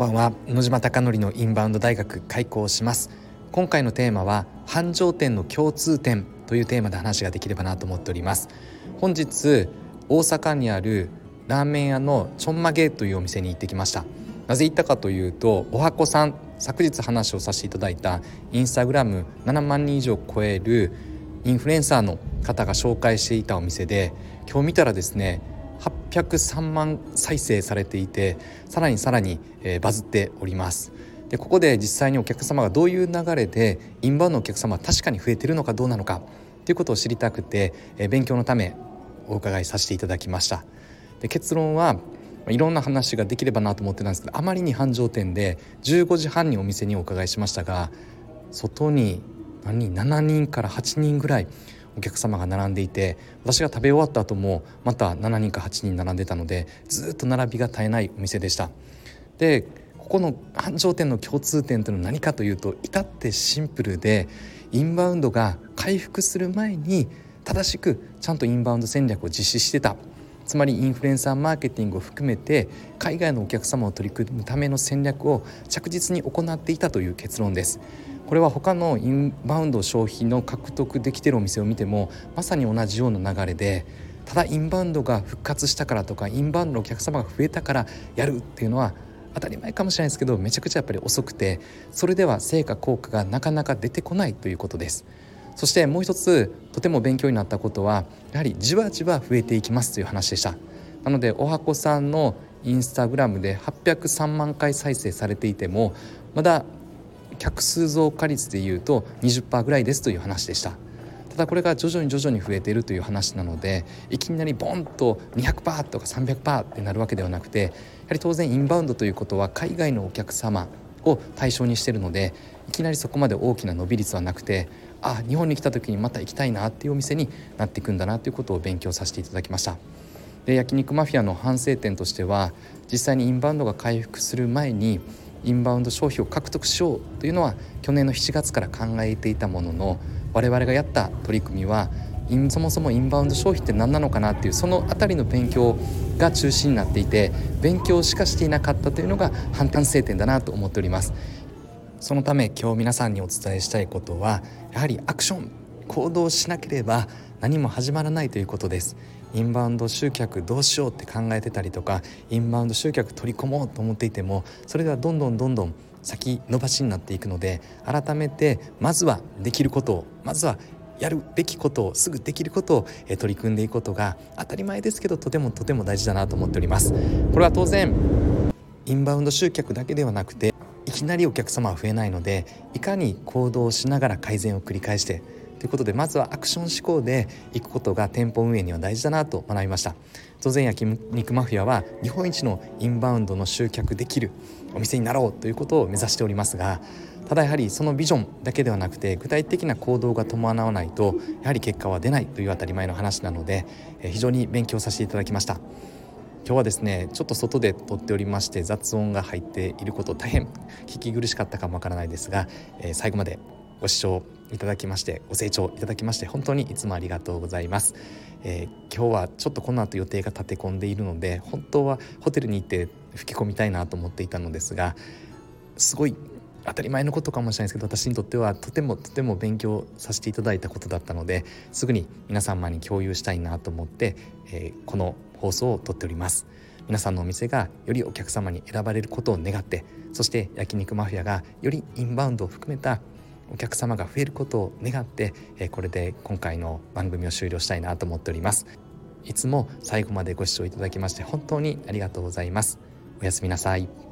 ばんは。野島貴則のインバウンド大学開講します。今回のテーマは繁盛店の共通点というテーマで話ができればなと思っております。本日大阪にあるラーメン屋のちょんまげというお店に行ってきました。なぜ行ったかというと、おはこさん、昨日話をさせていただいたインスタグラム7万人以上超えるインフルエンサーの方が紹介していたお店で、今日見たらですね803万再生されていて、さらに、バズっております。でここで実際にお客様がどういう流れでインバウンドのお客様は確かに増えているのかどうなのかということを知りたくて、勉強のためお伺いさせていただきました。で結論はいろんな話ができればなと思ってたんですけど、あまりに繁盛店で15時半にお店にお伺いしましたが、外に7人から8人ぐらいお客様が並んでいて、私が食べ終わった後もまた7人か8人並んでたので、ずっと並びが絶えないお店でした。でここの繁盛店の共通点というのは何かというと、至ってシンプルで、インバウンドが回復する前に正しくちゃんとインバウンド戦略を実施してた。つまりインフルエンサーマーケティングを含めて海外のお客様を取り組むための戦略を着実に行っていたという結論です。これは他のインバウンド消費の獲得できているお店を見てもまさに同じような流れで、ただインバウンドが復活したからとか、インバウンドのお客様が増えたからやるっていうのは当たり前かもしれないですけど、めちゃくちゃやっぱり遅くて、それでは成果効果がなかなか出てこないということです。そしてもう一つとても勉強になったことは、やはりじわじわ増えていきますという話でした。なのでおはこさんのインスタグラムで803万回再生されていても、まだ客数増加率でいうと 20% ぐらいですという話でした。ただこれが徐々に増えているという話なので、いきなりボンと 200% とか 300% ってなるわけではなくて、やはり当然インバウンドということは海外のお客様を対象にしているので、いきなりそこまで大きな伸び率はなくて、日本に来た時にまた行きたいなっていうお店になっていくんだなということを勉強させていただきました。で焼肉マフィアの反省点としては、実際にインバウンドが回復する前にインバウンド消費を獲得しようというのは去年の7月から考えていたものの、我々がやった取り組みはそもそもインバウンド消費って何なのかなっていう、そのあたりの勉強が中心になっていて、勉強しかしていなかったというのが反省点だなと思っております。そのため今日皆さんにお伝えしたいことは、やはりアクション、行動しなければ何も始まらないということです。インバウンド集客どうしようって考えてたりとか、インバウンド集客取り込もうと思っていても、それではどんどん先延ばしになっていくので、改めてまずはできることを、まずはやるべきことを、すぐできることを取り組んでいくことが当たり前ですけど、とても大事だなと思っております。これは当然インバウンド集客だけではなくて、いきなりお客様は増えないので、いかに行動しながら改善を繰り返してということで、まずはアクション思考でいくことが店舗運営には大事だなと学びました。当然焼肉マフィアは日本一のインバウンドの集客できるお店になろうということを目指しておりますが、ただやはりそのビジョンだけではなくて、具体的な行動が伴わないとやはり結果は出ないという当たり前の話なので、非常に勉強させていただきました。今日はですね、ちょっと外で撮っておりまして、雑音が入っていること大変聞き苦しかったかもわからないですが、最後までご視聴いただきまして、ご清聴いただきまして本当にいつもありがとうございます。今日はちょっとこの後予定が立て込んでいるので、本当はホテルに行って吹き込みたいなと思っていたのですが、すごい当たり前のことかもしれないですけど、私にとってはとても勉強させていただいたことだったので、すぐに皆様に共有したいなと思って、この放送を撮っております。皆さんのお店がよりお客様に選ばれることを願って、そして焼肉マフィアがよりインバウンドを含めたお客様が増えることを願って、これで今回の番組を終了したいなと思っております。いつも最後までご視聴いただきまして本当にありがとうございます。おやすみなさい。